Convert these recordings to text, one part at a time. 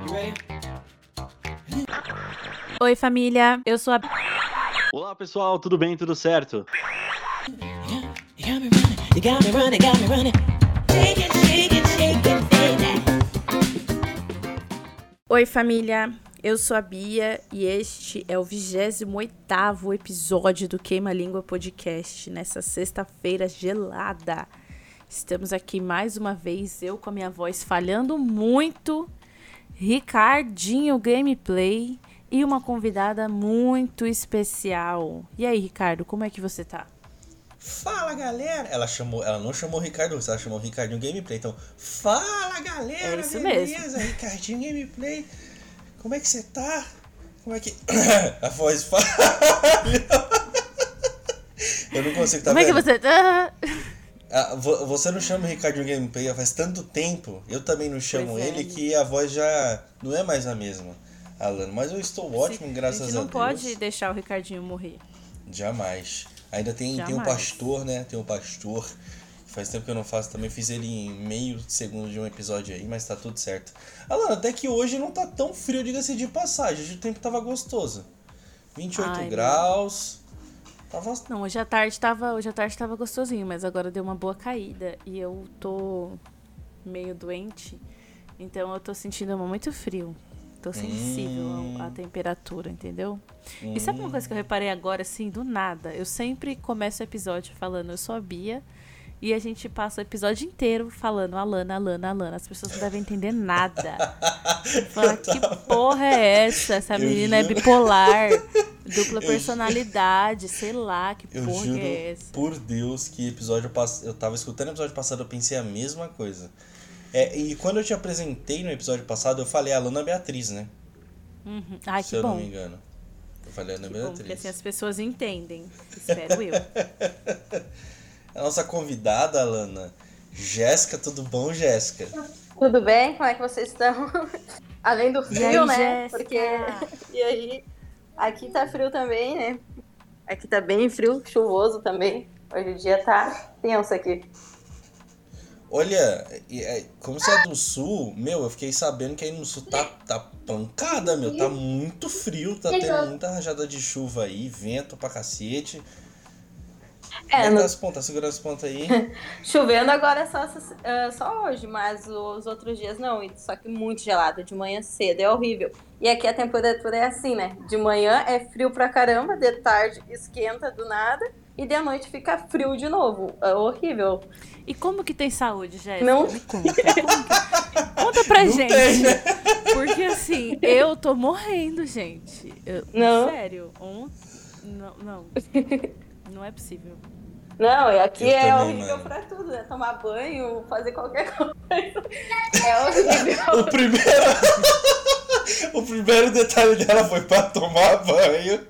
Oi, família. Eu sou a... Olá, pessoal. Tudo bem? Tudo certo? Oi, família. Eu sou a Bia e este é o 28º episódio do Queima Língua Podcast, nessa sexta-feira gelada. Estamos aqui mais uma vez, eu com a minha voz falhando muito, Ricardinho Gameplay e uma convidada muito especial. E aí, Ricardo, como é que você tá? Fala, galera! Ela não chamou Ricardo, ela chamou Ricardinho Gameplay. Então, fala, galera! É isso beleza? mesmo. Ricardinho Gameplay. Como é que você tá? Como é que... A voz falha. Eu não consigo, tá Como vendo? é que você tá? Você não chama o Ricardinho Gameplay faz tanto tempo. Eu também não chamo Pois é. ele, que a voz já não é mais a mesma, Alano. Mas eu estou ótimo, graças a Deus. A gente não pode deixar o Ricardinho morrer. Jamais. Ainda tem um pastor, né? Tem um pastor. Faz tempo que eu não faço também. Fiz ele em meio segundo de um episódio aí, mas tá tudo certo. Alana, até que hoje não tá tão frio, diga-se de passagem. Hoje o tempo tava gostoso. 28 graus. Não, hoje à tarde tava gostosinho, mas agora deu uma boa caída. E eu tô meio doente. Então eu tô sentindo muito frio. Tô sensível à temperatura, entendeu? E sabe uma coisa que eu reparei agora, assim, do nada? Eu sempre começo o episódio falando, eu sou a Bia, e a gente passa o episódio inteiro falando Alana, Alana, Alana. As pessoas não devem entender nada. Fala, que porra é essa? Essa menina é bipolar, dupla personalidade, sei lá, que porra que é essa? Por Deus, que episódio eu tava escutando o episódio passado, eu pensei a mesma coisa. E quando eu te apresentei no episódio passado, eu falei a Alana Beatriz, né? Ai, Se que eu bom. não me engano. Eu falei a Alana Beatriz. Porque assim as pessoas entendem. Espero eu. A nossa convidada, Alana, Jéssica. Tudo bom, Jéssica? Tudo bem? Como é que vocês estão? Além do frio, aí, né? Jéssica? Porque... E aí? Aqui tá frio também, né? Aqui tá bem frio, chuvoso também. Hoje o dia tá tenso aqui. Olha, como você é do sul, eu fiquei sabendo que aí no sul tá pancada, tá muito frio, tá tendo muita rajada de chuva aí, vento pra cacete. Tá segurando as pontas aí. Chovendo agora só hoje, mas os outros dias não, só que muito gelado, de manhã cedo, é horrível. E aqui a temperatura é assim, né? De manhã é frio pra caramba, de tarde esquenta do nada, e de noite fica frio de novo. É horrível. E como que tem saúde, Jéssica? Não. Me conta. Conta pra Não gente. Tem, né? Porque assim, eu tô morrendo, gente. Não. Sério. Não. Não é possível. Não, e aqui é também, horrível mano. Pra tudo, né? Tomar banho, fazer qualquer coisa. É horrível. O primeiro detalhe dela foi pra tomar banho.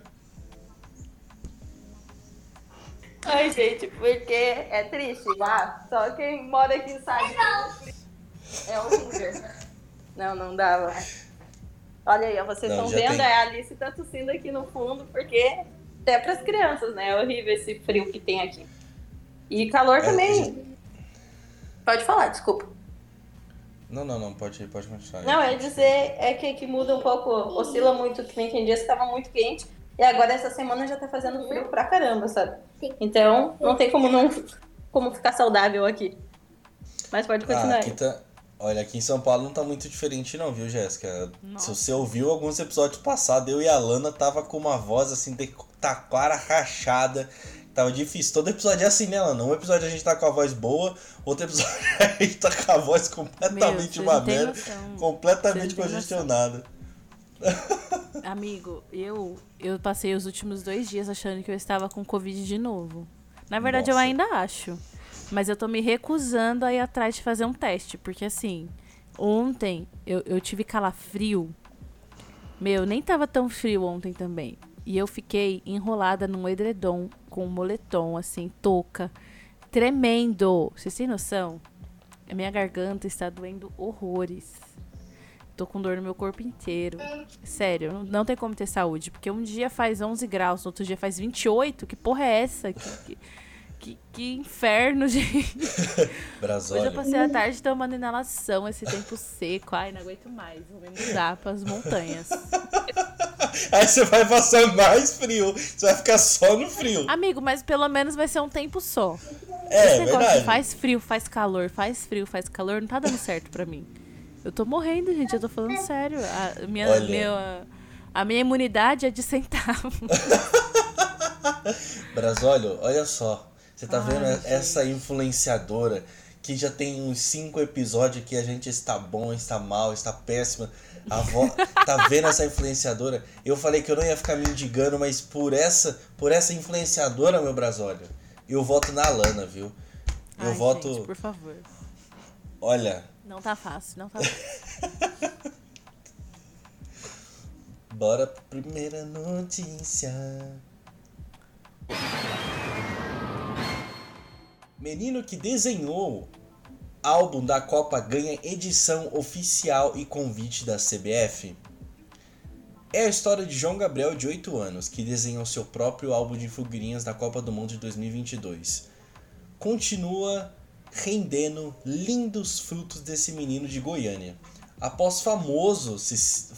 Ai, gente, porque é triste, tá? Só quem mora aqui sabe. É horrível. Não dava. Olha aí, ó, vocês estão vendo, a Alice tá tossindo aqui no fundo, porque até pras crianças, né? É horrível esse frio que tem aqui. E calor também. Pode falar, desculpa. Não, pode continuar. Não, eu ia dizer que muda um pouco, oscila muito, que nem tem dias que tava muito quente, e agora essa semana já tá fazendo frio pra caramba, sabe? Então, não tem como ficar saudável aqui. Mas pode continuar. Olha, aqui em São Paulo não tá muito diferente não, viu, Jéssica? Se você ouviu alguns episódios passados, eu e a Lana tava com uma voz assim, de taquara rachada. Tava difícil. Todo episódio é assim, né, Lana? Um episódio a gente tá com a voz boa, outro episódio a gente tá com a voz completamente uma merda, completamente congestionada. Amigo, eu passei os últimos 2 dias achando que eu estava com Covid de novo. Na verdade, eu ainda acho. Mas eu tô me recusando a ir atrás de fazer um teste. Porque, assim, ontem eu tive calafrio. Nem tava tão frio ontem também. E eu fiquei enrolada num edredom com um moletom, assim, touca. Tremendo. Vocês têm noção? A minha garganta está doendo horrores. Tô com dor no meu corpo inteiro. Sério, não tem como ter saúde. Porque um dia faz 11 graus, no outro dia faz 28. Que porra é essa? Que inferno, gente. Brasólio. Hoje eu passei a tarde tomando inalação, esse tempo seco. Ai, não aguento mais. Vou me mudar pras montanhas. Aí você vai passar mais frio. Você vai ficar só no frio. Amigo, mas pelo menos vai ser um tempo só. É, esse negócio verdade. de faz frio, faz calor, faz frio, faz calor, não tá dando certo pra mim. Eu tô morrendo, gente. Eu tô falando sério. A minha imunidade é de centavo. Brasólio, olha só. Você tá vendo gente. essa influenciadora que já tem uns 5 episódios que a gente está bom, está mal, está péssima. Tá vendo essa influenciadora? Eu falei que eu não ia ficar mendigando, mas por essa influenciadora, meu Brasólio, eu voto na Alana, viu? Eu voto... Gente, por favor. Olha... Não tá fácil, não tá fácil. Bora pra primeira notícia. Menino que desenhou álbum da Copa ganha edição oficial e convite da CBF. É a história de João Gabriel, de 8 anos, que desenhou seu próprio álbum de figurinhas da Copa do Mundo de 2022. Continua rendendo lindos frutos desse menino de Goiânia. Após se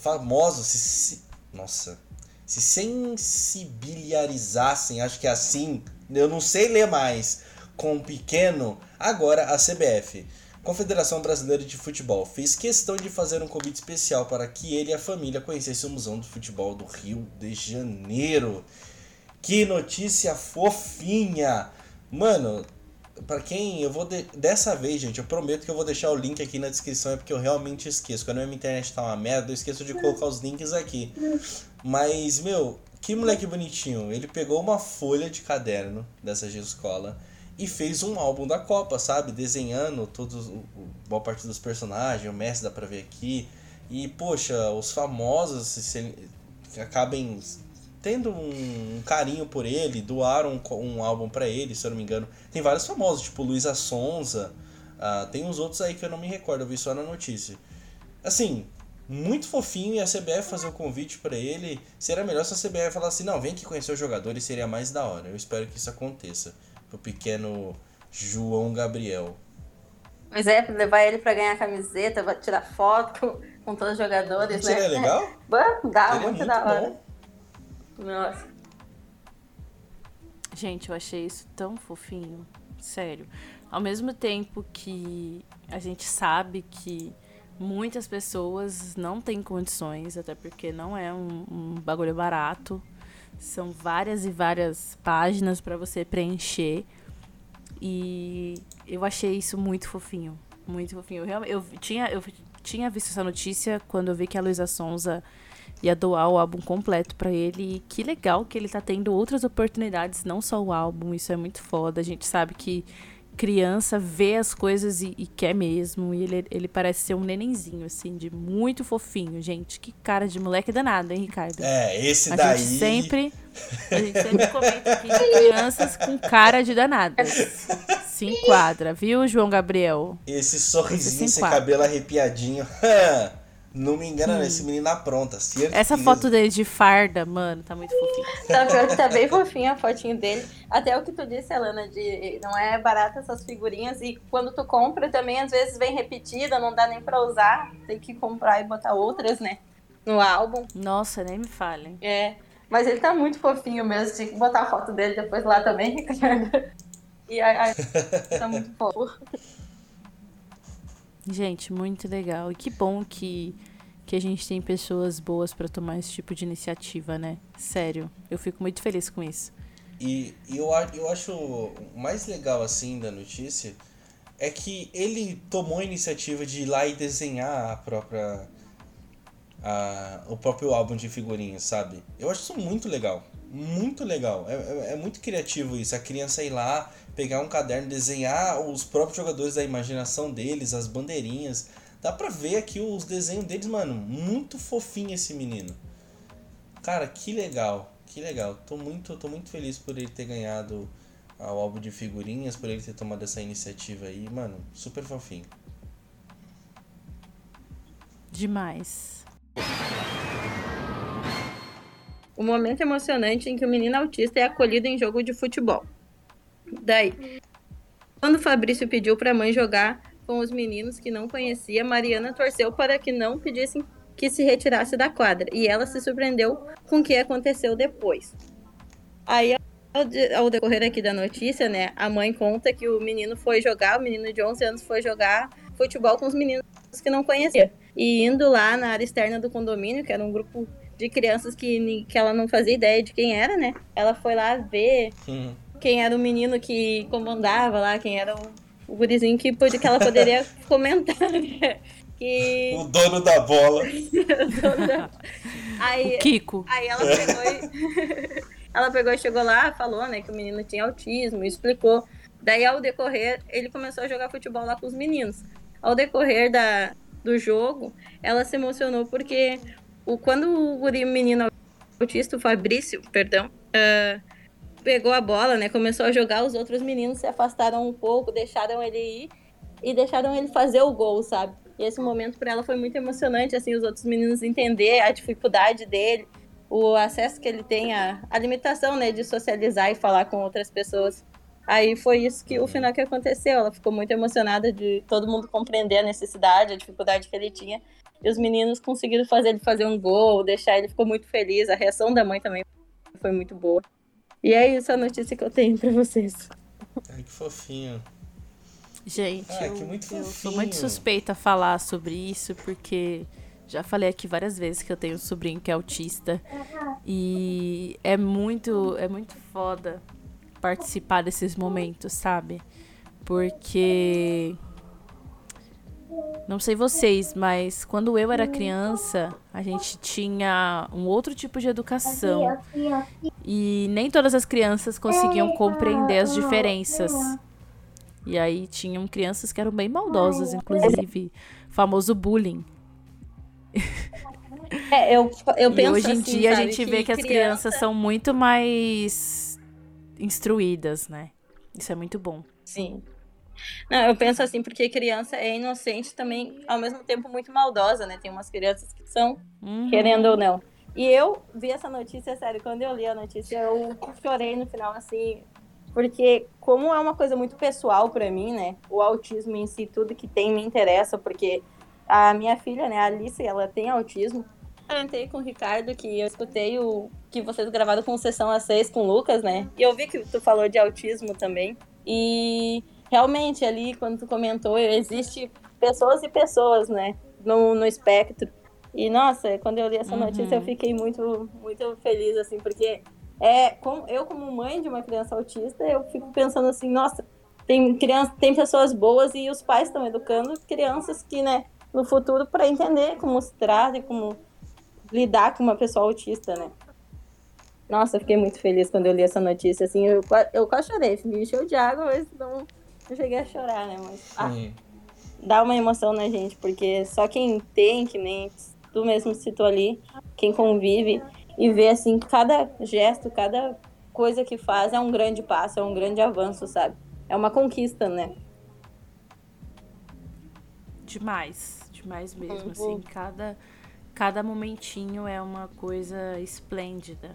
sensibilizassem, acho que é assim, eu não sei ler mais, com o pequeno, agora a CBF, Confederação Brasileira de Futebol, fez questão de fazer um convite especial para que ele e a família conhecessem o Museu do Futebol do Rio de Janeiro. Que notícia fofinha! Mano, pra quem eu vou... Dessa vez, gente, eu prometo que eu vou deixar o link aqui na descrição, é porque eu realmente esqueço. Quando a minha internet tá uma merda, eu esqueço de colocar os links aqui. Mas, meu, que moleque bonitinho. Ele pegou uma folha de caderno dessa de escola e fez um álbum da Copa, sabe? Desenhando boa parte dos personagens, o Messi dá pra ver aqui. E, poxa, os famosos se acabem tendo um carinho por ele, doaram um álbum pra ele, se eu não me engano. Tem vários famosos, tipo Luísa Sonza, tem uns outros aí que eu não me recordo, eu vi só na notícia. Assim, muito fofinho, e a CBF fazer um convite pra ele. Seria melhor se a CBF falasse, não, vem aqui conhecer os jogadores, seria mais da hora. Eu espero que isso aconteça pro pequeno João Gabriel. Pois é, levar ele pra ganhar camiseta, tirar foto com todos os jogadores, Seria legal? Dá, Seria muito da hora. bom. Nossa. Gente, eu achei isso tão fofinho. Sério. Ao mesmo tempo que a gente sabe que muitas pessoas não têm condições, até porque não é um bagulho barato. São várias e várias páginas para você preencher. E eu achei isso muito fofinho. Muito fofinho. Eu tinha visto essa notícia quando eu vi que a Luísa Sonza ia doar o álbum completo pra ele. E que legal que ele tá tendo outras oportunidades, não só o álbum. Isso é muito foda. A gente sabe que criança vê as coisas e quer mesmo. E ele parece ser um nenenzinho, assim, de muito fofinho, gente. Que cara de moleque danado, hein, Ricardo? Esse a daí... gente sempre comenta aqui de crianças com cara de danadas. Se enquadra, viu, João Gabriel? Esse sorrisinho, esse enquadra. cabelo arrepiadinho. Não me engana, esse menino na pronta. Certeza. Essa foto dele de farda, mano, tá muito fofinho. Tá, pior que tá bem fofinha a fotinho dele. Até o que tu disse, Alana, de não é barato essas figurinhas. E quando tu compra também, às vezes vem repetida, não dá nem pra usar. Tem que comprar e botar outras, né? No álbum. Nossa, nem me falem. É, mas ele tá muito fofinho mesmo. Tinha que botar a foto dele depois lá também, Ricardo. E aí tá muito fofo. Gente, muito legal. E que bom que a gente tem pessoas boas pra tomar esse tipo de iniciativa, né? Sério, eu fico muito feliz com isso. E eu acho o mais legal, assim, da notícia é que ele tomou a iniciativa de ir lá e desenhar o próprio álbum de figurinhas, sabe? Eu acho isso muito legal. Muito legal. É muito criativo isso. A criança ir lá, pegar um caderno, desenhar os próprios jogadores da imaginação deles, as bandeirinhas. Dá pra ver aqui os desenhos deles, mano. Muito fofinho esse menino. Cara, que legal. Que legal. Tô muito feliz por ele ter ganhado o álbum de figurinhas, por ele ter tomado essa iniciativa aí. Mano, super fofinho. Demais. O momento emocionante em que o menino autista é acolhido em jogo de futebol. Daí, quando o Fabrício pediu pra mãe jogar com os meninos que não conhecia, Mariana torceu para que não pedissem que se retirasse da quadra. E ela se surpreendeu com o que aconteceu depois. Aí, ao decorrer aqui da notícia, né, a mãe conta que o menino de 11 anos foi jogar futebol com os meninos que não conhecia. E indo lá na área externa do condomínio, que era um grupo de crianças que ela não fazia ideia de quem era, né? Ela foi lá ver quem era o menino que comandava lá, quem era o gurizinho que ela poderia comentar, né? O dono da bola. Aí, o Kiko. Aí ela pegou e chegou lá, falou, né, que o menino tinha autismo, explicou. Daí, ao decorrer, ele começou a jogar futebol lá com os meninos. Ao decorrer do jogo, ela se emocionou porque quando o menino autista, o Fabrício, pegou a bola, né, começou a jogar, os outros meninos se afastaram um pouco, deixaram ele ir e deixaram ele fazer o gol, sabe? E esse momento para ela foi muito emocionante, assim, os outros meninos entender a dificuldade dele, o acesso que ele tem, a limitação, né, de socializar e falar com outras pessoas. Aí foi isso o final que aconteceu. Ela ficou muito emocionada de todo mundo compreender a necessidade, a dificuldade que ele tinha. E os meninos conseguiram fazer ele fazer um gol, deixar ele, ficou muito feliz. A reação da mãe também foi muito boa. E é isso a notícia que eu tenho pra vocês. Ai, que fofinho. Gente, muito eu sou muito suspeita a falar sobre isso, porque já falei aqui várias vezes que eu tenho um sobrinho que é autista. E é muito foda participar desses momentos, sabe? Porque não sei vocês, mas quando eu era criança, a gente tinha um outro tipo de educação. E nem todas as crianças conseguiam compreender as diferenças. E aí tinham crianças que eram bem maldosas, inclusive, famoso bullying. Eu penso e hoje em assim, dia sabe, a gente vê que as crianças são muito mais instruídas, né? Isso é muito bom. Sim. Não, eu penso assim, porque criança é inocente também, ao mesmo tempo muito maldosa, né? Tem umas crianças que são, querendo ou não. E eu vi essa notícia, sério, quando eu li a notícia, eu chorei no final, assim, porque como é uma coisa muito pessoal pra mim, né? O autismo em si, tudo que tem me interessa, porque a minha filha, né, a Alice, ela tem autismo. Eu entrei com o Ricardo, que eu escutei o que vocês gravaram com Sessão A6 com o Lucas, né? E eu vi que tu falou de autismo também. E realmente ali, quando tu comentou, existe pessoas e pessoas, né? No espectro. E, nossa, quando eu li essa notícia, eu fiquei muito, muito feliz, assim, porque eu, como mãe de uma criança autista, eu fico pensando assim, nossa, tem pessoas boas e os pais estão educando crianças que, né, no futuro, para entender como se trata e como lidar com uma pessoa autista, né? Nossa, eu fiquei muito feliz quando eu li essa notícia, assim, eu quase chorei, me encheu de água, mas não cheguei a chorar, né, mas dá uma emoção na gente, porque só quem tem, que nem tu mesmo citou ali, quem convive e vê, assim, cada gesto, cada coisa que faz é um grande passo, é um grande avanço, sabe? É uma conquista, né? Demais mesmo, assim, cada momentinho é uma coisa esplêndida.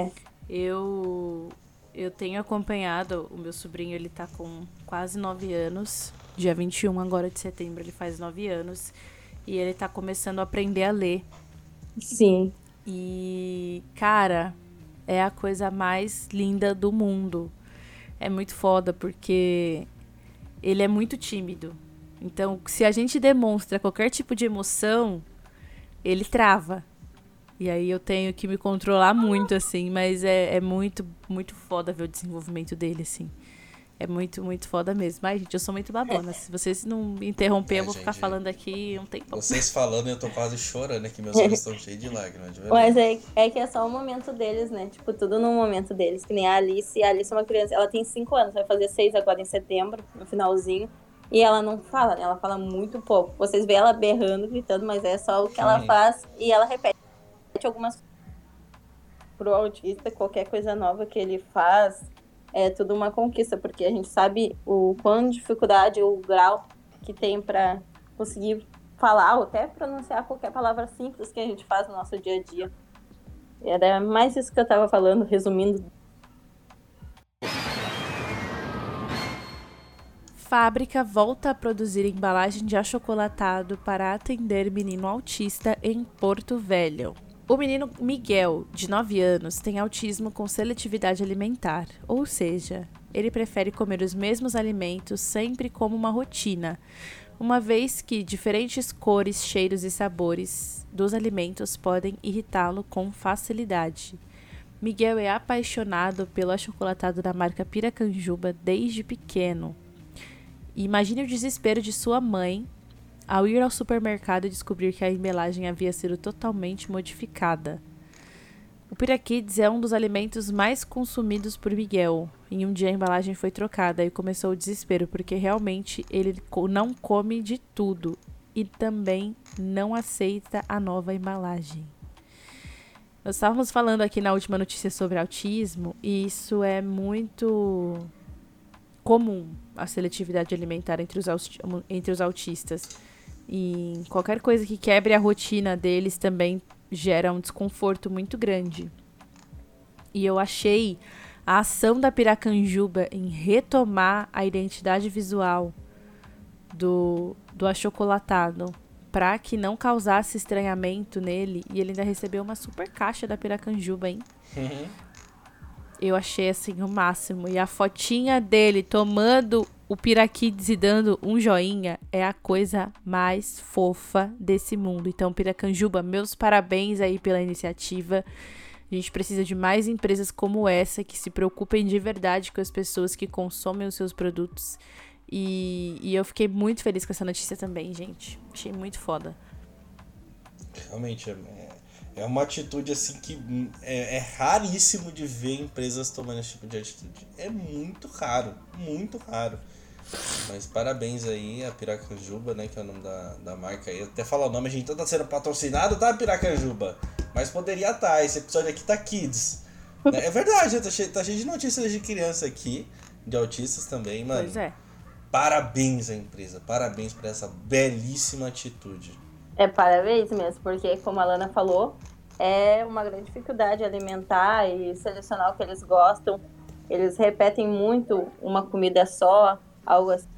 Eu tenho acompanhado o meu sobrinho, ele tá com quase 9 anos, dia 21 agora de setembro ele faz 9 anos, e ele tá começando a aprender a ler. Sim. E, cara, é a coisa mais linda do mundo. É muito foda, porque ele é muito tímido. Então, se a gente demonstra qualquer tipo de emoção, ele trava. E aí eu tenho que me controlar muito, assim, mas é muito, muito foda ver o desenvolvimento dele, assim. É muito, muito foda mesmo. Ai, gente, eu sou muito babona. Se vocês não me interromperem, eu vou ficar falando aqui um tempão. Vocês falando, eu tô quase chorando aqui, meus olhos estão cheios de lágrimas, de verdade. Mas é que é só o momento deles, né? Tipo, tudo no momento deles. Que nem a Alice é uma criança, ela tem 5 anos, vai fazer 6 agora em setembro, no finalzinho. E ela não fala, né? Ela fala muito pouco. Vocês veem ela berrando, gritando, mas é só o que ela faz e ela repete algumas coisas. Pro autista, qualquer coisa nova que ele faz é tudo uma conquista, porque a gente sabe o quão dificuldade, o grau que tem pra conseguir falar ou até pronunciar qualquer palavra simples que a gente faz no nosso dia a dia. Era mais isso que eu tava falando, resumindo. Fábrica volta a produzir embalagem de achocolatado para atender menino autista em Porto Velho. O menino Miguel, de 9 anos, tem autismo com seletividade alimentar, ou seja, ele prefere comer os mesmos alimentos sempre como uma rotina, uma vez que diferentes cores, cheiros e sabores dos alimentos podem irritá-lo com facilidade. Miguel é apaixonado pelo achocolatado da marca Piracanjuba desde pequeno. Imagine o desespero de sua mãe ao ir ao supermercado e descobrir que a embalagem havia sido totalmente modificada. O Pirakids é um dos alimentos mais consumidos por Miguel. Em um dia a embalagem foi trocada e começou o desespero, porque realmente ele não come de tudo e também não aceita a nova embalagem. Nós estávamos falando aqui na última notícia sobre autismo e isso é muito comum, a seletividade alimentar entre os autistas. E qualquer coisa que quebre a rotina deles também gera um desconforto muito grande. E eu achei a ação da Piracanjuba em retomar a identidade visual do achocolatado para que não causasse estranhamento nele. E ele ainda recebeu uma super caixa da Piracanjuba, hein? Eu achei, assim, o máximo. E a fotinha dele tomando o Pirakids e dando um joinha é a coisa mais fofa desse mundo. Então, Piracanjuba, meus parabéns aí pela iniciativa. A gente precisa de mais empresas como essa que se preocupem de verdade com as pessoas que consomem os seus produtos. E eu fiquei muito feliz com essa notícia também, gente. Achei muito foda. Realmente, é uma atitude assim que é raríssimo de ver empresas tomando esse tipo de atitude. É muito raro, muito raro. Mas parabéns aí a Piracanjuba, né, que é o nome da marca aí. Até falar o nome, a gente não tá sendo patrocinado, tá, Piracanjuba? Mas poderia estar, esse episódio aqui tá Kids. É verdade, tá cheio de notícias de criança aqui, de autistas também, mano. Pois é. Parabéns à empresa, parabéns por essa belíssima atitude. Parabéns mesmo, porque como a Lana falou, é uma grande dificuldade alimentar e selecionar o que eles gostam. Eles repetem muito uma comida só, algo assim.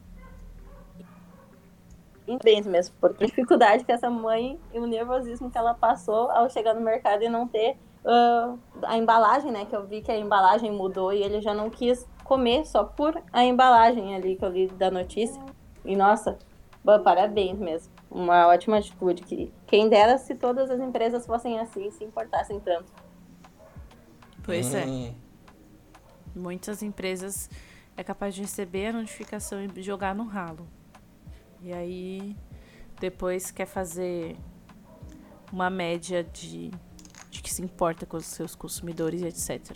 Parabéns mesmo, por a dificuldade que essa mãe e o nervosismo que ela passou ao chegar no mercado e não ter a embalagem, né? Que eu vi que a embalagem mudou e ele já não quis comer só por a embalagem ali que eu li da notícia. E nossa, parabéns mesmo. Uma ótima atitude. Que quem dera se todas as empresas fossem assim, se importassem tanto. Pois é. Muitas empresas é capaz de receber a notificação e jogar no ralo. E aí, depois quer fazer uma média de que se importa com os seus consumidores, etc.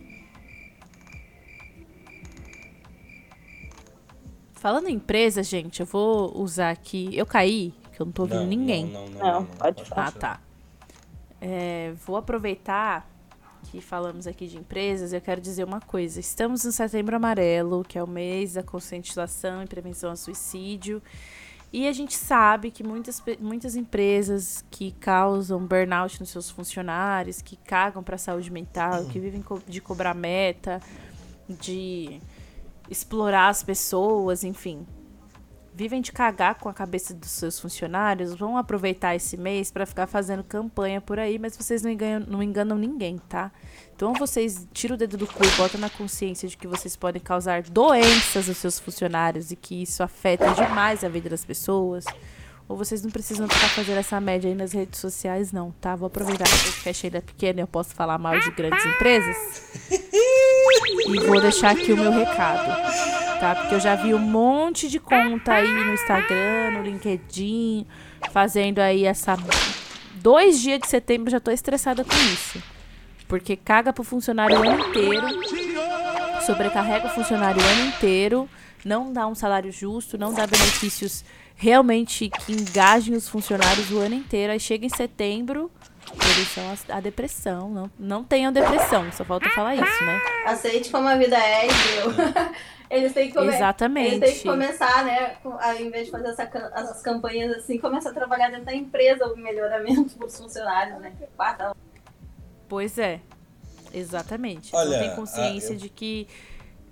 Falando em empresa, gente, eu vou usar aqui... Eu caí, que eu não tô ouvindo ninguém. Não, pode falar. Ah, tá. Vou aproveitar que falamos aqui de empresas, eu quero dizer uma coisa. Estamos no Setembro Amarelo, que é o mês da conscientização e prevenção ao suicídio. E a gente sabe que muitas empresas que causam burnout nos seus funcionários, que cagam para a saúde mental, que vivem de cobrar meta, de explorar as pessoas, enfim, vivem de cagar com a cabeça dos seus funcionários, vão aproveitar esse mês para ficar fazendo campanha por aí, mas vocês não enganam ninguém, tá? Então vocês tiram o dedo do cu e botam na consciência de que vocês podem causar doenças aos seus funcionários e que isso afeta demais a vida das pessoas, ou vocês não precisam ficar fazendo essa média aí nas redes sociais, não, tá? Vou aproveitar que o podcast ainda é pequeno e eu posso falar mal de grandes empresas e vou deixar aqui o meu recado, tá? Porque eu já vi um monte de conta aí no Instagram, no LinkedIn, fazendo aí essa... 2 dias de setembro eu já tô estressada com isso. Porque caga pro funcionário o ano inteiro, sobrecarrega o funcionário o ano inteiro, não dá um salário justo, não dá benefícios realmente que engajem os funcionários o ano inteiro. Aí chega em setembro, eles são a depressão. Não tenham depressão, só falta falar isso, né? Aceite como a vida é e deu. Eles têm que Exatamente. Eles têm que começar, né? Ao invés de fazer essas campanhas assim, começar a trabalhar dentro da empresa o melhoramento dos funcionários, né? Pois é, exatamente. Olha, não tem consciência de que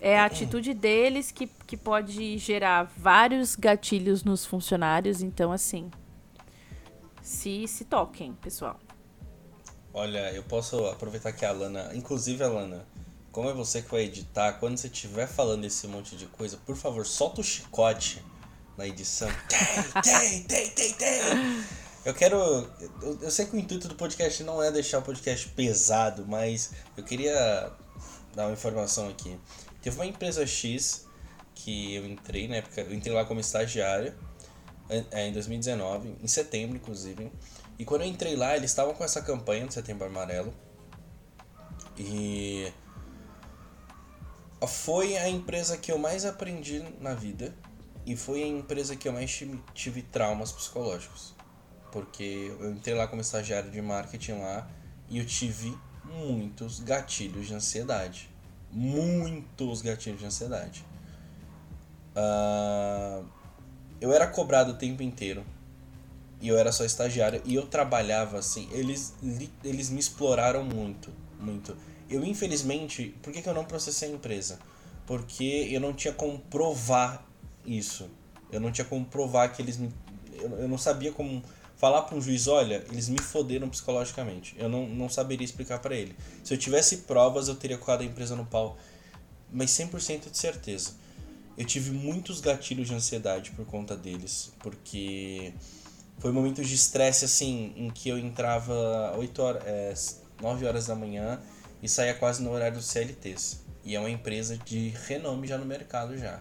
é a atitude deles que pode gerar vários gatilhos nos funcionários. Então, assim, se toquem, pessoal. Olha, eu posso aproveitar que a Alana... Inclusive, Alana, como é você que vai editar, quando você estiver falando esse monte de coisa, por favor, solta o chicote na edição. Tem! Eu quero... Eu sei que o intuito do podcast não é deixar o podcast pesado, mas eu queria dar uma informação aqui. Teve uma empresa X que eu entrei, na época, eu entrei lá como estagiário, em 2019, em setembro, inclusive. E quando eu entrei lá, eles estavam com essa campanha do Setembro Amarelo. E foi a empresa que eu mais aprendi na vida. E foi a empresa que eu mais tive traumas psicológicos. Porque eu entrei lá como estagiário de marketing lá e eu tive muitos gatilhos de ansiedade. Eu era cobrado o tempo inteiro. E eu era só estagiário. E eu trabalhava assim. Eles me exploraram muito. Eu, infelizmente... Por que eu não processei a empresa? Porque eu não tinha como provar isso. Eu não tinha como provar que eles me... Eu não sabia como falar para um juiz, olha, eles me foderam psicologicamente. Eu não saberia explicar para ele. Se eu tivesse provas, eu teria colocado a empresa no pau. Mas 100% de certeza. Eu tive muitos gatilhos de ansiedade por conta deles. Porque foi momentos de estresse, assim, em que eu entrava 9 horas da manhã e saía quase no horário dos CLTs. E é uma empresa de renome já no mercado já.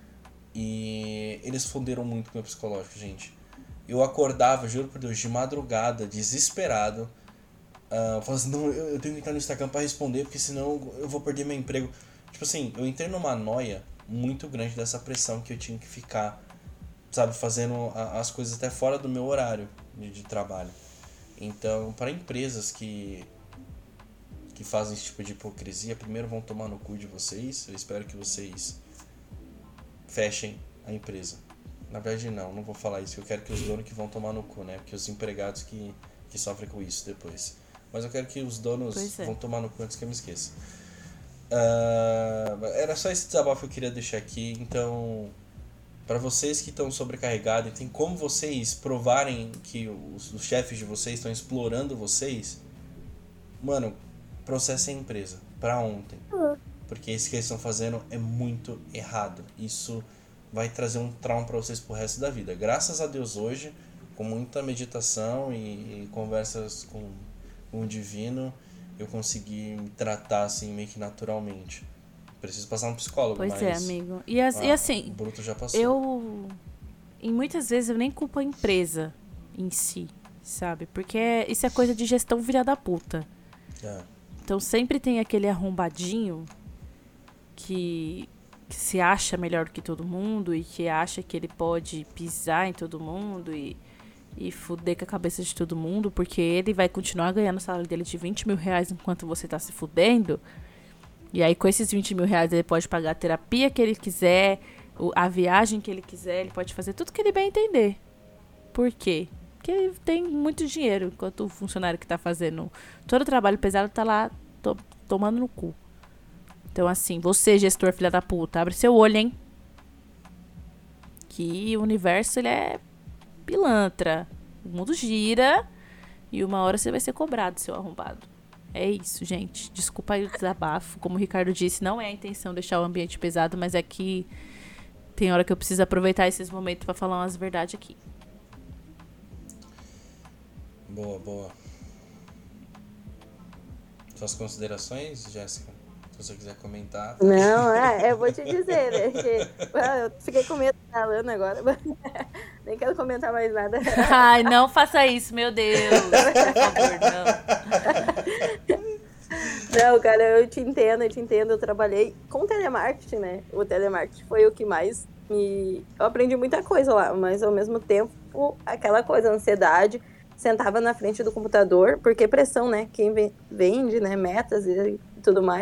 E eles foderam muito com o meu psicológico, gente. Eu acordava, juro por Deus, de madrugada, desesperado. Falando assim, não, eu tenho que entrar no Instagram pra responder, porque senão eu vou perder meu emprego. Tipo assim, eu entrei numa noia muito grande dessa pressão que eu tinha que ficar, sabe, fazendo as coisas até fora do meu horário de trabalho. Então, para empresas que fazem esse tipo de hipocrisia, primeiro vão tomar no cu de vocês. Eu espero que vocês fechem a empresa. Na verdade não vou falar isso, eu quero que os donos que vão tomar no cu, né? Porque os empregados que sofrem com isso depois. Mas eu quero que os donos vão tomar no cu antes que eu me esqueça. Era só esse desabafo que eu queria deixar aqui. Então, para vocês que estão sobrecarregados e tem como vocês provarem que os chefes de vocês estão explorando vocês, mano, processem a empresa pra ontem. Porque isso que eles estão fazendo é muito errado. Isso vai trazer um trauma pra vocês pro resto da vida. Graças a Deus hoje, com muita meditação e conversas com o divino, eu consegui me tratar assim meio que naturalmente. Preciso passar um psicólogo, pois mas... é, amigo. E assim, o bruto já passou. E muitas vezes eu nem culpo a empresa em si, sabe? Porque isso é coisa de gestão filha da puta. Então sempre tem aquele arrombadinho que se acha melhor do que todo mundo e que acha que ele pode pisar em todo mundo e fuder com a cabeça de todo mundo, porque ele vai continuar ganhando o salário dele de 20 mil reais enquanto você tá se fudendo. E aí com esses 20 mil reais ele pode pagar a terapia que ele quiser, a viagem que ele quiser, ele pode fazer tudo que ele bem entender. Por quê? Porque ele tem muito dinheiro, enquanto o funcionário que tá fazendo todo o trabalho pesado tá lá tomando no cu. Então, assim, você, gestor filha da puta, abre seu olho, hein? Que o universo, ele é pilantra. O mundo gira e uma hora você vai ser cobrado, seu arrombado. É isso, gente. Desculpa aí o desabafo. Como o Ricardo disse, não é a intenção deixar o ambiente pesado, mas é que tem hora que eu preciso aproveitar esses momentos pra falar umas verdades aqui. Boa. Suas considerações, Jéssica? Se você quiser comentar. Não, eu vou te dizer, né? Que, eu fiquei com medo da Alana agora, mas nem quero comentar mais nada. Ai, não faça isso, meu Deus. Por favor, não. Não, cara, eu te entendo. Eu trabalhei com telemarketing, né? O telemarketing foi o que mais me... Eu aprendi muita coisa lá, mas ao mesmo tempo, aquela coisa, ansiedade. Sentava na frente do computador, porque pressão, né? Quem vende, né? Metas e tudo mais.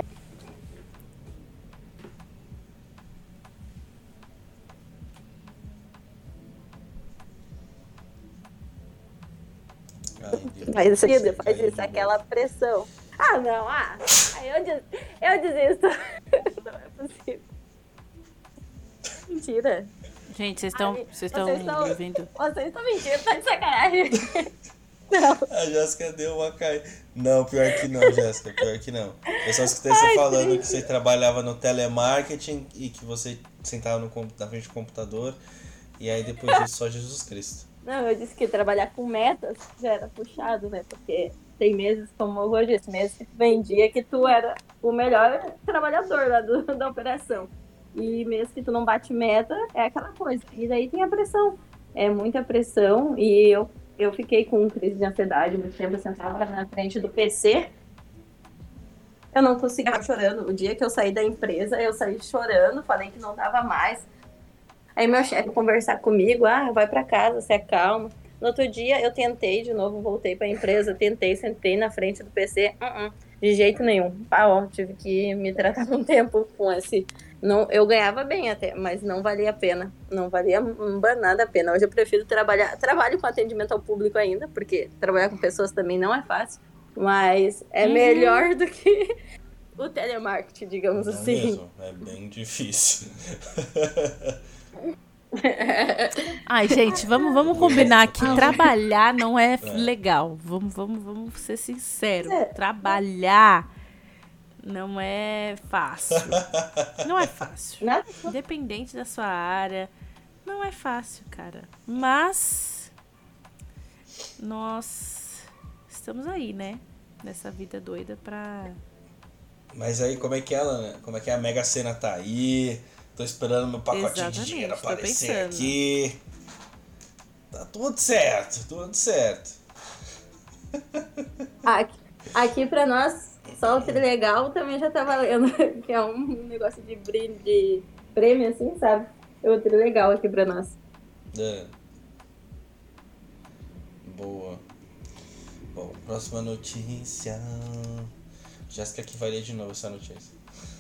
Faz isso, aquela pressão. Não, aí eu desisto. possível. Mentira. Gente, vocês estão vendo? Vocês estão mentindo, tá de sacanagem. Não. A Jéssica deu uma caída. Não, pior que não, Jéssica, pior que não. Eu só escutei você falando que você trabalhava no telemarketing e que você sentava na frente do computador. E aí depois disso só Jesus Cristo. Não, eu disse que trabalhar com metas já era puxado, né? Porque tem meses, como eu disse, meses que tu vendia que tu era o melhor trabalhador lá da operação. E mesmo que tu não bate meta, é aquela coisa. E daí tem a pressão. É muita pressão. E eu fiquei com crise de ansiedade muito tempo. Eu sentava na frente do PC. Eu não conseguia chorando. O dia que eu saí da empresa, eu saí chorando. Falei que não dava mais. Aí meu chefe conversar comigo. Vai pra casa, se acalma. No outro dia, eu tentei de novo. Voltei pra empresa. Sentei na frente do PC. De jeito nenhum. Tive que me tratar um tempo com esse... Não, eu ganhava bem até, mas não valia a pena. Não valia nada a pena. Hoje eu prefiro trabalho com atendimento ao público ainda, porque trabalhar com pessoas também não é fácil. Mas é melhor do que o telemarketing, digamos assim. Mesmo, é bem difícil. Ai, gente, vamos combinar que trabalhar não é legal. Vamos ser sinceros. Trabalhar não é fácil. Não é fácil. Independente da sua área, não é fácil, cara. Mas nós estamos aí, né? Nessa vida doida pra... Mas aí, como é que é, Ana? Como é que a Mega Sena tá aí? Tô esperando meu pacotinho de dinheiro aparecer aqui. Tá tudo certo, tudo certo. Aqui pra nós, só o Trilegal também já tá valendo, que é um negócio de brinde, de prêmio, assim, sabe? É o Trilegal aqui pra nós. Boa. Bom, próxima notícia. Jéssica que vai ler de novo essa notícia.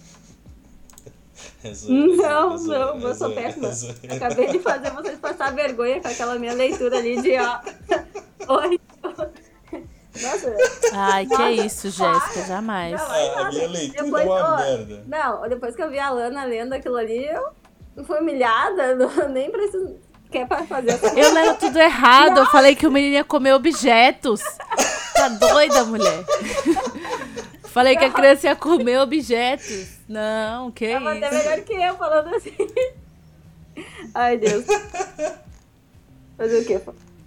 Não, eu sou péssima. Acabei de fazer vocês passar vergonha com aquela minha leitura ali de Oi. Nossa. Ai, que isso, Jéssica, jamais. A minha leitura é uma merda. Não, depois que eu vi a Lana lendo aquilo ali, eu fui humilhada, nem preciso... Quer pra fazer essa... Eu lendo tudo errado, eu falei que o menino ia comer objetos. Tá doida, mulher? Falei que a criança ia comer objetos. Não, que isso. Mas é melhor que eu falando assim. Ai, Deus. Fazer o quê?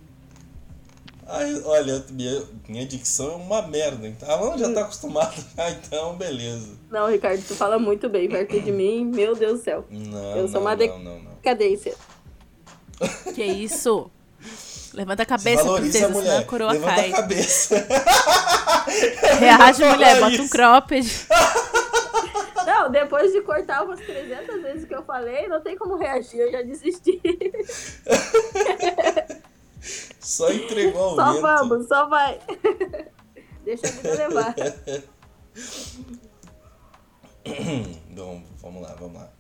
Ai, olha, minha dicção é uma merda. Então, a Lana já tá acostumada, então beleza. Não, Ricardo, tu fala muito bem perto de mim. Meu Deus do céu. Eu sou uma decadência. Que isso? Levanta a cabeça, princesa, senão a coroa Levanta cai. A cabeça. Reage, mulher, bota um cropped. Não, depois de cortar umas 300 vezes que eu falei, não tem como reagir, eu já desisti. Só entregou ao vento. Só vai. Deixa a vida levar. Bom, vamos lá.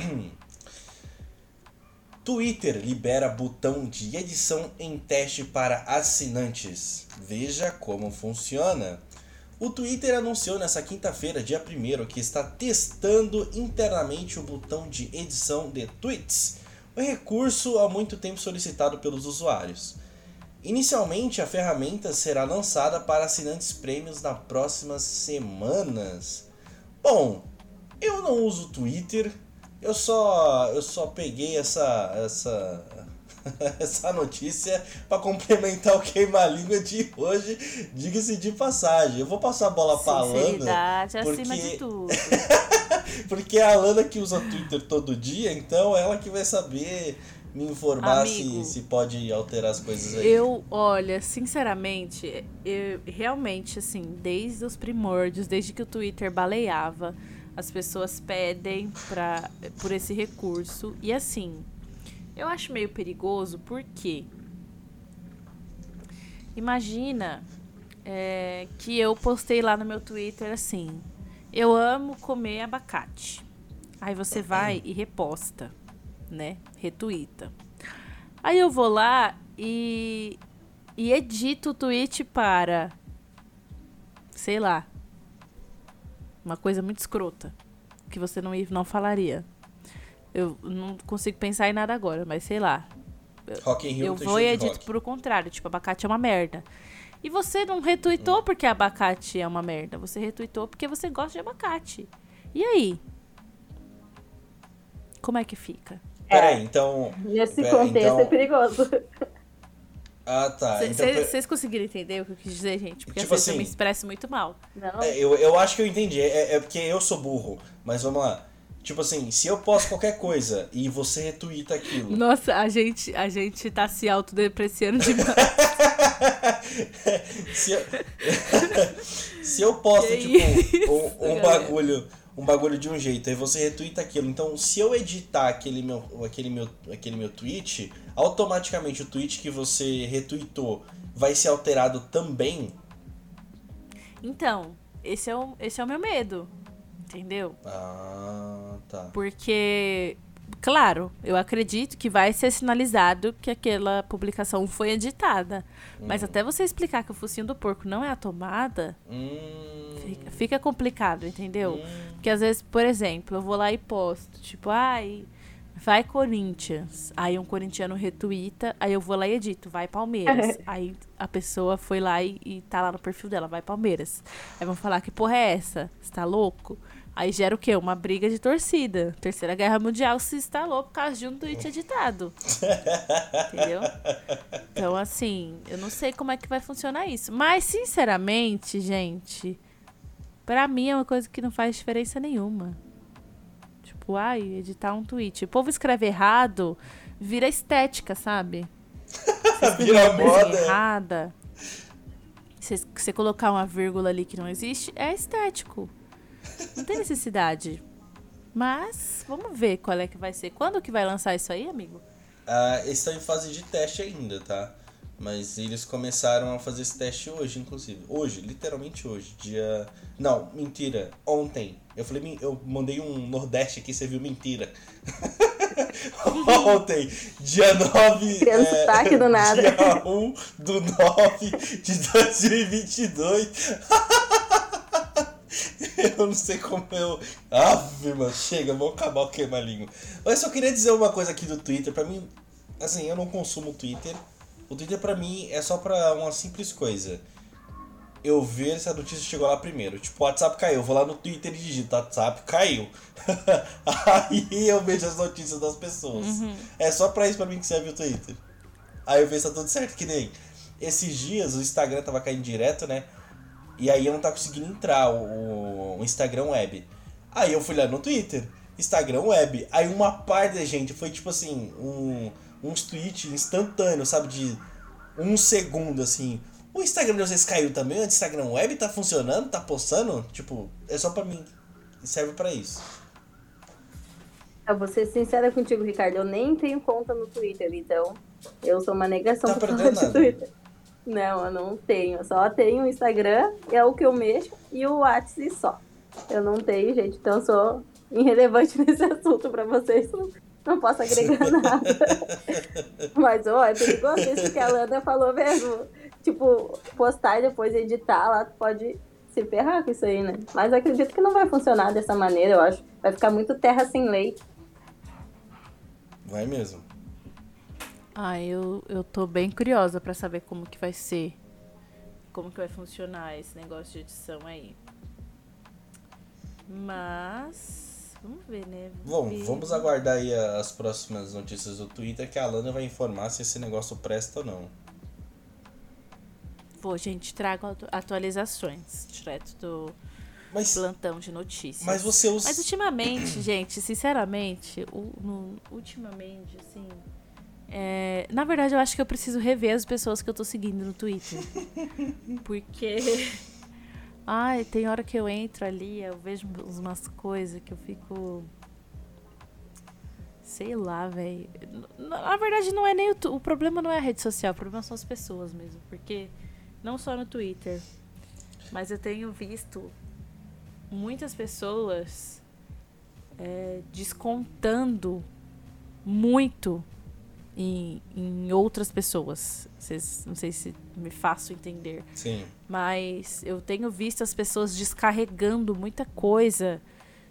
Twitter libera botão de edição em teste para assinantes. Veja como funciona. O Twitter anunciou nessa quinta-feira, dia 1º, que está testando internamente o botão de edição de tweets, um recurso há muito tempo solicitado pelos usuários. Inicialmente, a ferramenta será lançada para assinantes prêmios nas próximas semanas. Bom, eu não uso Twitter. Eu só peguei essa notícia para complementar o queima-língua de hoje, diga-se de passagem. Eu vou passar a bola para a Lana. Sinceridade acima de tudo. Porque é a Lana que usa Twitter todo dia, então ela que vai saber me informar se pode alterar as coisas aí. Olha, sinceramente, eu realmente, assim, desde os primórdios, desde que o Twitter baleava, as pessoas pedem por esse recurso. E assim, eu acho meio perigoso porque imagina que eu postei lá no meu Twitter assim: eu amo comer abacate. Aí você vai e reposta, né? Retuita. Aí eu vou lá e edito o tweet para, sei lá, uma coisa muito escrota. que você não falaria? Eu não consigo pensar em nada agora, mas sei lá. Rock in Rio Eu tem vou show e de edito rock. pro contrário, tipo, abacate é uma merda. E você não retweetou porque abacate é uma merda. Você retweetou porque você gosta de abacate. E aí? Como é que fica? Peraí, então... Nesse contexto é perigoso. Ah, tá. Vocês conseguiram entender o que eu quis dizer, gente? Porque Tipo às vezes eu assim, me expresso muito mal. Não. Eu acho que eu entendi. É porque eu sou burro. Mas vamos lá. Tipo assim, se eu posto qualquer coisa e você retuita aquilo... Nossa, a gente tá se autodepreciando demais. Se eu posto, Que tipo, um galera. bagulho de um jeito, aí você retuita aquilo. Então, se eu editar aquele meu tweet, automaticamente o tweet que você retuitou vai ser alterado também? Então, esse é o meu medo. Entendeu? Ah, tá. Porque, claro, eu acredito que vai ser sinalizado que aquela publicação foi editada. Mas até você explicar que o focinho do porco não é a tomada, fica complicado, entendeu? Porque às vezes, por exemplo, eu vou lá e posto, tipo, ai, vai Corinthians. Aí um corintiano retuita, aí eu vou lá e edito, vai Palmeiras. Aí a pessoa foi lá e tá lá no perfil dela, vai Palmeiras. Aí vão falar, que porra é essa? Você tá louco? Aí gera o quê? Uma briga de torcida. Terceira Guerra Mundial se instalou por causa de um tweet editado. Entendeu? Então, assim, eu não sei como é que vai funcionar isso. Mas, sinceramente, gente, pra mim é uma coisa que não faz diferença nenhuma. Tipo, ai, editar um tweet. O povo escreve errado, vira estética, sabe? Vira moda. Errada. Se você colocar uma vírgula ali que não existe, é estético. Não tem necessidade. Mas, vamos ver qual é que vai ser. Quando que vai lançar isso aí, amigo? Eles estão em fase de teste ainda, tá? Mas eles começaram a fazer esse teste hoje, inclusive. Hoje, literalmente hoje. Não, mentira. Ontem. Eu mandei um Nordeste aqui, você viu mentira. Ontem, dia 9... Sotaque do nada. Dia 1/9/2022. Eu não sei como eu... mano, chega, vou acabar o queima-língua. Mas eu só queria dizer uma coisa aqui do Twitter. Pra mim, assim, eu não consumo o Twitter. O Twitter pra mim é só pra uma simples coisa. Eu ver se a notícia chegou lá primeiro. Tipo, o WhatsApp caiu. Eu vou lá no Twitter e digito, WhatsApp caiu. Aí eu vejo as notícias das pessoas. É só pra isso pra mim que serve o Twitter. Aí eu vejo se tá tudo certo. Que nem esses dias o Instagram tava caindo direto, né? E aí eu não tava conseguindo entrar, o Instagram Web. Aí eu fui lá no Twitter, Instagram Web. Aí uma parte da gente foi tipo assim, uns tweets instantâneos, sabe? De 1 segundo, assim. O Instagram de vocês caiu também? O Instagram Web tá funcionando? Tá postando? Tipo, é só pra mim. Serve pra isso. Eu vou ser sincera contigo, Ricardo. Eu nem tenho conta no Twitter, então eu sou uma negação Tá por perdendo falar de nada. Twitter. Não, eu não tenho. Eu só tenho o Instagram, é o que eu mexo, e o WhatsApp só. Eu não tenho, gente. Então eu sou irrelevante nesse assunto pra vocês. Não posso agregar nada. Mas, ó, é perigoso isso que a Lana falou mesmo. Tipo, postar e depois editar lá, tu pode se ferrar com isso aí, né? Mas eu acredito que não vai funcionar dessa maneira, eu acho. Vai ficar muito terra sem lei. Vai mesmo. Eu tô bem curiosa pra saber como que vai ser. Como que vai funcionar esse negócio de edição aí. Mas... vamos ver, né? Vamos aguardar aí as próximas notícias do Twitter, que a Alana vai informar se esse negócio presta ou não. Vou, gente, trago atualizações direto do plantão de notícias. Mas você usa... Mas ultimamente, gente, sinceramente, ultimamente, assim... na verdade, eu acho que eu preciso rever as pessoas que eu tô seguindo no Twitter. Porque... ai, tem hora que eu entro ali, eu vejo umas coisas que eu fico... sei lá, velho. Na verdade, não é nem o problema não é a rede social, o problema são as pessoas mesmo. Porque, não só no Twitter, mas eu tenho visto muitas pessoas descontando muito em outras pessoas. Não sei se me faço entender. Sim. Mas eu tenho visto as pessoas descarregando muita coisa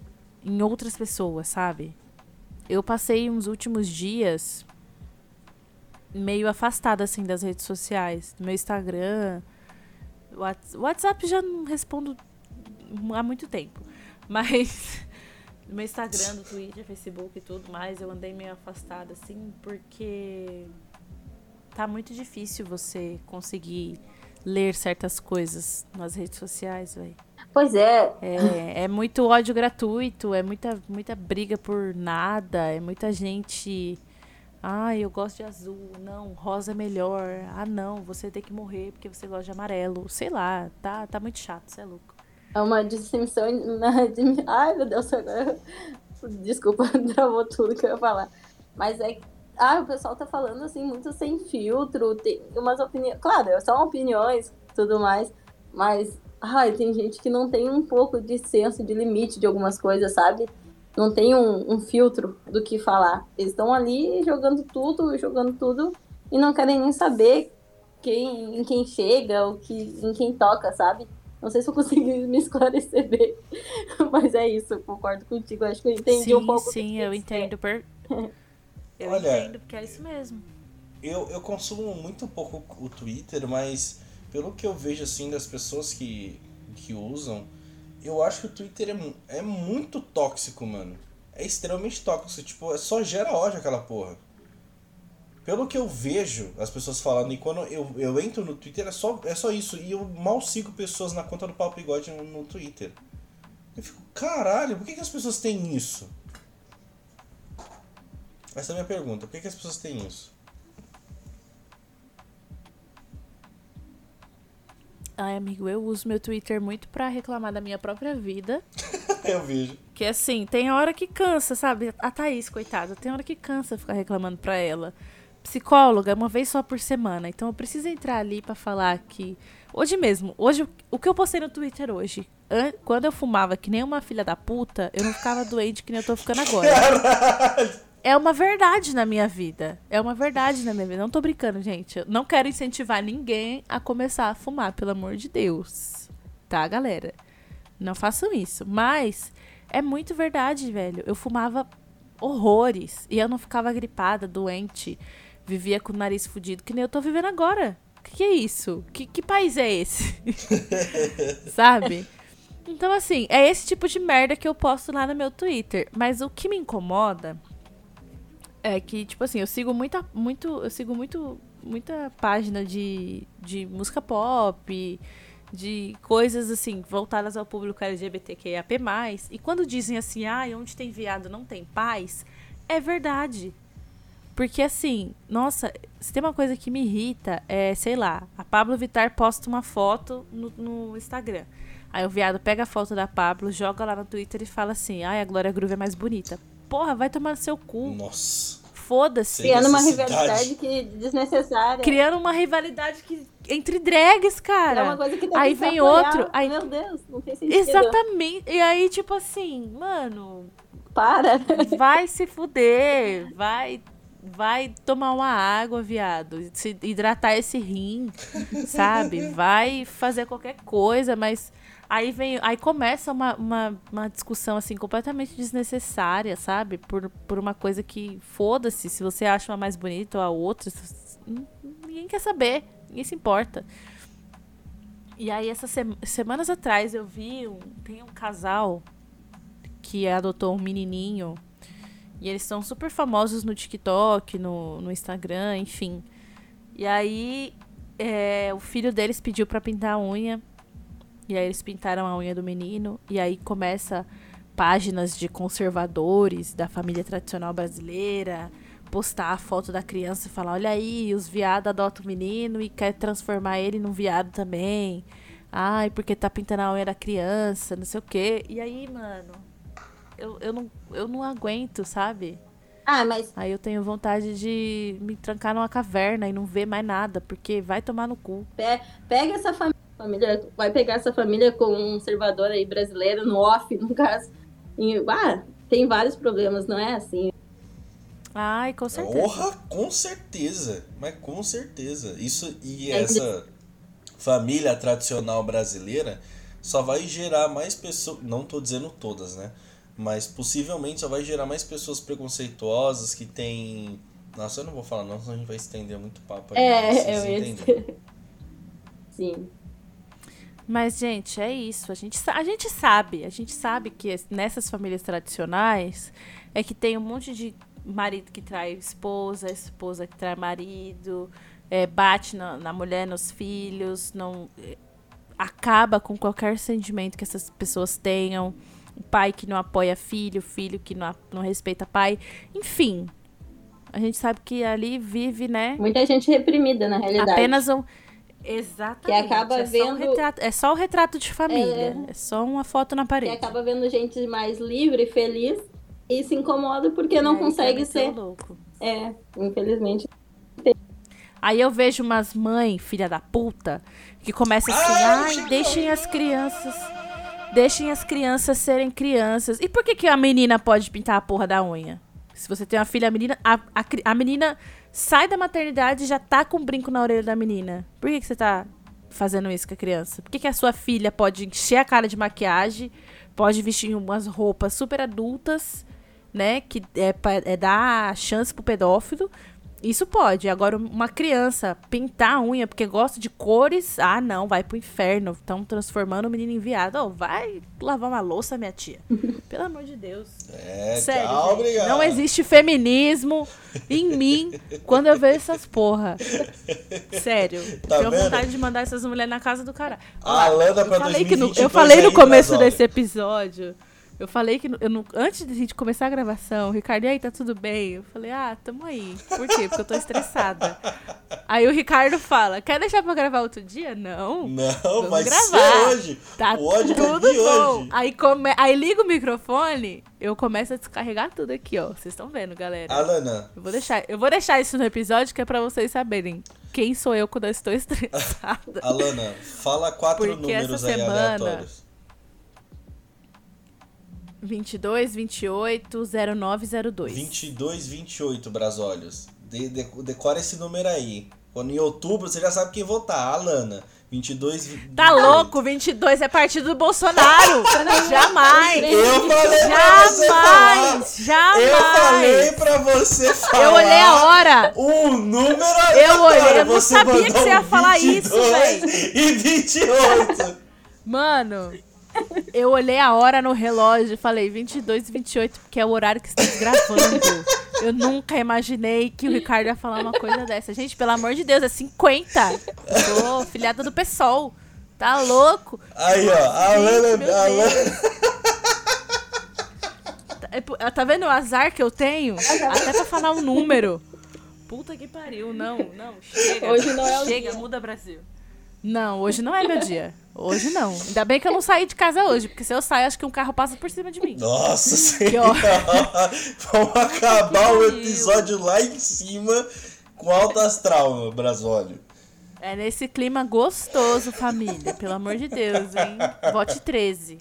em outras pessoas, sabe? Eu passei uns últimos dias meio afastada, assim, das redes sociais. Do meu Instagram. WhatsApp já não respondo há muito tempo. Mas do meu Instagram, do Twitter, Facebook e tudo mais, eu andei meio afastada, assim, porque tá muito difícil você conseguir ler certas coisas nas redes sociais, velho. Pois é. É muito ódio gratuito, é muita briga por nada, é muita gente... Ah, eu gosto de azul. Não, rosa é melhor. Ah, não, você tem que morrer porque você gosta de amarelo. Sei lá, tá muito chato, você é louco. É uma distinção... Ai, meu Deus, agora... Desculpa, travou tudo que eu ia falar. Mas é... o pessoal tá falando, assim, muito sem filtro. Tem umas opiniões... Claro, são opiniões e tudo mais. Mas... tem gente que não tem um pouco de senso de limite de algumas coisas, sabe? Não tem um filtro do que falar. Eles estão ali jogando tudo e não querem nem saber em quem chega, em quem toca, sabe? Não sei se eu consegui me esclarecer bem, mas é isso, eu concordo contigo. Acho que eu entendi um pouco. Sim, eu entendo. Eu entendo, porque é isso mesmo. Eu consumo muito pouco o Twitter, mas pelo que eu vejo assim das pessoas que usam, eu acho que o Twitter é muito tóxico, mano. É extremamente tóxico, tipo, só gera ódio aquela porra. Pelo que eu vejo as pessoas falando, e quando eu entro no Twitter, é só isso. E eu mal sigo pessoas na conta do Papo Bigode no Twitter. Eu fico, caralho, por que as pessoas têm isso? Essa é a minha pergunta, por que as pessoas têm isso? Ai, amigo, eu uso meu Twitter muito pra reclamar da minha própria vida. Eu vejo. Que assim, tem hora que cansa, sabe? A Thaís, coitada, tem hora que cansa ficar reclamando pra ela. Psicóloga, uma vez só por semana. Então eu preciso entrar ali pra falar que... Hoje mesmo, o que eu postei no Twitter hoje? Quando eu fumava que nem uma filha da puta, eu não ficava doente que nem eu tô ficando agora. Caralho! É uma verdade na minha vida. Não tô brincando, gente. Eu não quero incentivar ninguém a começar a fumar, pelo amor de Deus. Tá, galera? Não façam isso. Mas é muito verdade, velho. Eu fumava horrores. E eu não ficava gripada, doente. Vivia com o nariz fudido, que nem eu tô vivendo agora. Que é isso? Que país é esse? Sabe? Então, assim, é esse tipo de merda que eu posto lá no meu Twitter. Mas o que me incomoda... É que, tipo assim, eu sigo muita página de música pop, de coisas, assim, voltadas ao público LGBTQIAP+. E quando dizem assim, onde tem viado não tem paz, é verdade. Porque, assim, nossa, se tem uma coisa que me irrita, sei lá, a Pablo Vittar posta uma foto no Instagram. Aí o viado pega a foto da Pablo, joga lá no Twitter e fala assim, a Glória Groove é mais bonita. Porra, vai tomar no seu cu. Nossa. Foda-se. Criando uma rivalidade desnecessária. Criando uma rivalidade entre drags, cara. É uma coisa que aí vem outro. Aí... Meu Deus, não tem sentido. Exatamente. E aí, tipo assim, mano... Para. Vai se fuder. Vai tomar uma água, viado. Se hidratar esse rim, sabe? Vai fazer qualquer coisa, mas... Aí começa uma discussão, assim, completamente desnecessária, sabe? Por uma coisa que, foda-se, se você acha uma mais bonita ou a outra, ninguém quer saber, ninguém se importa. E aí, essas semanas atrás, eu vi, tem um casal que adotou um menininho, e eles são super famosos no TikTok, no Instagram, enfim. E aí, o filho deles pediu pra pintar a unha. E aí eles pintaram a unha do menino. E aí começa páginas de conservadores da família tradicional brasileira postar a foto da criança e falar, olha aí, os viados adotam o menino e quer transformar ele num viado também. Ai, porque tá pintando a unha da criança, não sei o quê. E aí, mano, eu não aguento, sabe? Mas... Aí eu tenho vontade de me trancar numa caverna e não ver mais nada, porque vai tomar no cu. Pega essa família, vai pegar essa família conservadora aí brasileira, no off, no caso. E, tem vários problemas, não é assim? Ai, com certeza. Porra, com certeza. Mas com certeza. Isso e essa família tradicional brasileira só vai gerar mais pessoas. Não tô dizendo todas, né? mas possivelmente só vai gerar mais pessoas preconceituosas que tem... Nossa, eu não vou falar não, senão a gente vai estender muito papo aí. Eu ia... Sim. Mas, gente, é isso. A gente sabe que nessas famílias tradicionais é que tem um monte de marido que trai esposa que trai marido, bate na mulher, nos filhos, não acaba com qualquer sentimento que essas pessoas tenham. O pai que não apoia filho que não respeita pai. Enfim, a gente sabe que ali vive, né? Muita gente reprimida, na realidade. Apenas um... Exatamente. Que acaba vendo... É só o retrato de família. É só uma foto na parede. Que acaba vendo gente mais livre e feliz e se incomoda porque não consegue ser. Louco. Infelizmente. Aí eu vejo umas mães, filha da puta, que começam assim, deixem as crianças serem crianças. E por que a menina pode pintar a porra da unha? Se você tem uma filha, a menina sai da maternidade e já tá com um brinco na orelha da menina. Por que você tá fazendo isso com a criança? Por que a sua filha pode encher a cara de maquiagem, pode vestir umas roupas super adultas, né? Que dar chance pro pedófilo. Isso pode. Agora, uma criança pintar a unha porque gosta de cores, não, vai pro inferno. Estão transformando o menino em viado. Vai lavar uma louça, minha tia. Pelo amor de Deus. Sério, tchau, obrigado. Não existe feminismo em mim quando eu vejo essas porra. Sério. Tenho vontade de mandar essas mulheres na casa do caralho. Eu falei no começo desse episódio... Eu falei que antes de a gente começar a gravação, o Ricardo, e aí, tá tudo bem? Eu falei, tamo aí. Por quê? Porque eu tô estressada. Aí o Ricardo fala, quer deixar pra gravar outro dia? Não. Não, vai gravar. Ser hoje. Tá tudo bom. Hoje. Aí liga o microfone, eu começo a descarregar tudo aqui, ó. Vocês estão vendo, galera. Alana. Eu vou deixar isso no episódio, que é pra vocês saberem quem sou eu quando eu estou estressada. Alana, fala 4 números aí aleatórios. 22, 28, 09, 02. 22, 28, Brasólios. Decora esse número aí. Quando em outubro, você já sabe quem votar. Alana. 22, 28. Tá louco? 22 é partido do Bolsonaro. Jamais. Eu falei pra você falar. Jamais. Eu falei pra você falar. Eu olhei a hora. Um número eu olhei. Eu não você sabia que você ia falar isso, velho. E 28. Mano... Eu olhei a hora no relógio e falei 22 e 28, porque é o horário que estamos gravando. Eu nunca imaginei que o Ricardo ia falar uma coisa dessa. Gente, pelo amor de Deus, é 50. Eu sou filhada do PSOL. Tá louco? Aí, ó. Alana. Tá vendo o azar que eu tenho? Até pra falar um número. Puta que pariu. Não. Chega. Hoje não é o Chega, dia. muda Brasil. Não, hoje não é meu dia. Hoje não. Ainda bem que eu não saí de casa hoje, porque se eu sair, acho que um carro passa por cima de mim. Nossa Senhora! Vamos acabar o episódio lá em cima com alto astral, Brasólio. É nesse clima gostoso, família. Pelo amor de Deus, hein? Vote 13.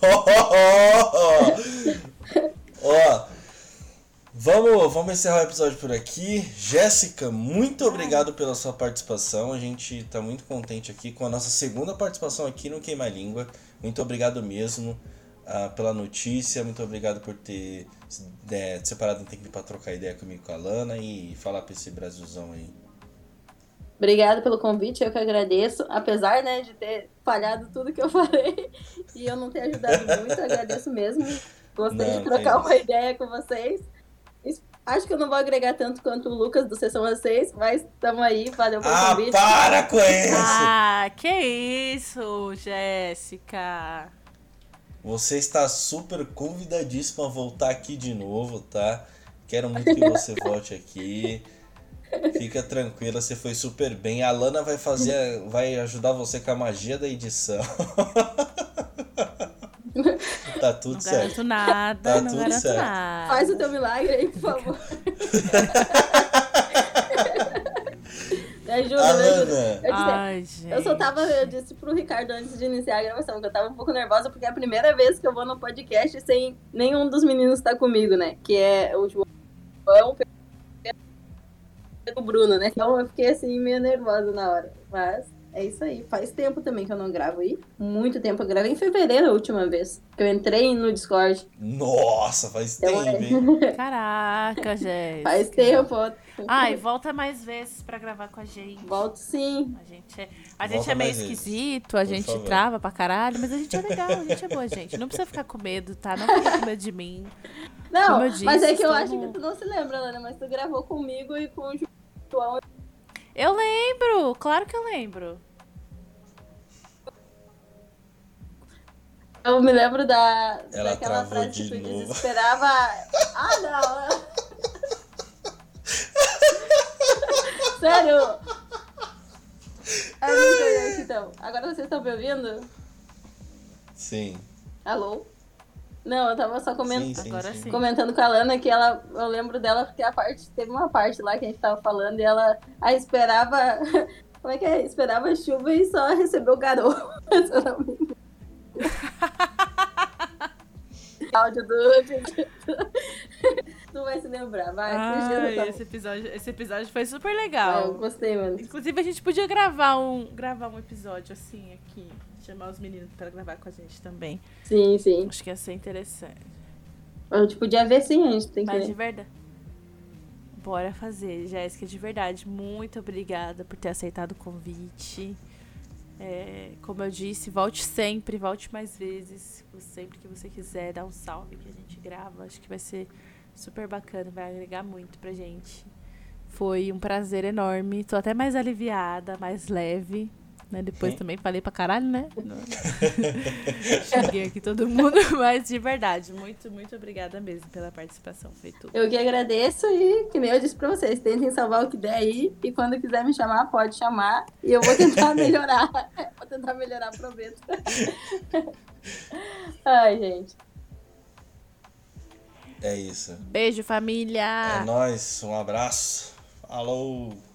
Ó. Vamos encerrar o episódio por aqui. Jéssica, muito obrigado pela sua participação. A gente tá muito contente aqui com a nossa segunda participação aqui no Queima Língua. Muito obrigado mesmo pela notícia. Muito obrigado por ter separado um tempo para trocar ideia comigo, com a Alana, e falar pra esse Brasilzão aí. Obrigada pelo convite, eu que agradeço. Apesar, né, de ter falhado tudo que eu falei e eu não ter ajudado muito, eu agradeço mesmo. Gostei de trocar uma ideia com vocês. Acho que eu não vou agregar tanto quanto o Lucas do Sessão A6, mas estamos aí, valeu pelo convite. Para com isso! Que isso, Jéssica! Você está super convidadíssima a voltar aqui de novo, tá? Quero muito que você volte aqui. Fica tranquila, você foi super bem. A Alana vai ajudar você com a magia da edição. Tá tudo certo. Não garanto nada, não garanto certo. nada. Faz o teu milagre aí, por favor. Me ajuda, Alana. Eu disse pro Ricardo antes de iniciar a gravação que eu tava um pouco nervosa porque é a primeira vez que eu vou no podcast sem nenhum dos meninos estar comigo, né? Que é o João e o Bruno, né? Então eu fiquei assim meio nervosa na hora. Mas É isso aí. Faz tempo também que eu não gravo aí. Muito tempo. Eu gravei em fevereiro a última vez. Que eu entrei no Discord. Nossa, faz Então, tempo, hein? Caraca, Jéssica. Faz tempo. Ai, volta mais vezes pra gravar com a gente. Volto sim. A gente é meio esquisito, a gente trava pra caralho, mas a gente é legal, a gente é boa, gente. Não precisa ficar com medo, tá? Não fica com medo de mim. Não, mas é que eu acho que tu não se lembra, Lana, mas tu gravou comigo e com o João. Eu lembro, claro que eu lembro. Eu me lembro Ela daquela travou frase que tu de novo. desesperava. Ah, não! Sério? É muito interessante, então. Agora vocês estão me ouvindo? Sim. Alô? Não, eu tava só Sim. comentando com a Lana que eu lembro dela porque teve uma parte lá que a gente tava falando e ela esperava. Como é que é? Esperava chuva e só recebeu garoto. Se eu não me engano. Áudio do. Tu vai se lembrar, vai. Esse episódio foi super legal. Eu gostei, mano. Inclusive, a gente podia gravar um episódio assim aqui. Chamar os meninos pra gravar com a gente também. Sim. Acho que ia ser interessante. A gente podia ver sim, a gente tem que ver. Mas de verdade. Bora fazer, Jéssica, de verdade. Muito obrigada por ter aceitado o convite. Como eu disse, volte sempre, volte mais vezes. Sempre que você quiser, dá um salve que a gente grava. Acho que vai ser super bacana, vai agregar muito pra gente. Foi um prazer enorme. Tô até mais aliviada, mais leve. Né? Depois também falei pra caralho, né? Cheguei aqui todo mundo, mas de verdade, muito, muito obrigada mesmo pela participação. Foi tudo. Eu que agradeço e, que nem eu disse pra vocês, tentem salvar o que der aí e quando quiser me chamar, pode chamar e eu vou tentar melhorar. Vou tentar melhorar, prometo. Ai, gente. É isso. Beijo, família! É nóis, um abraço. Falou!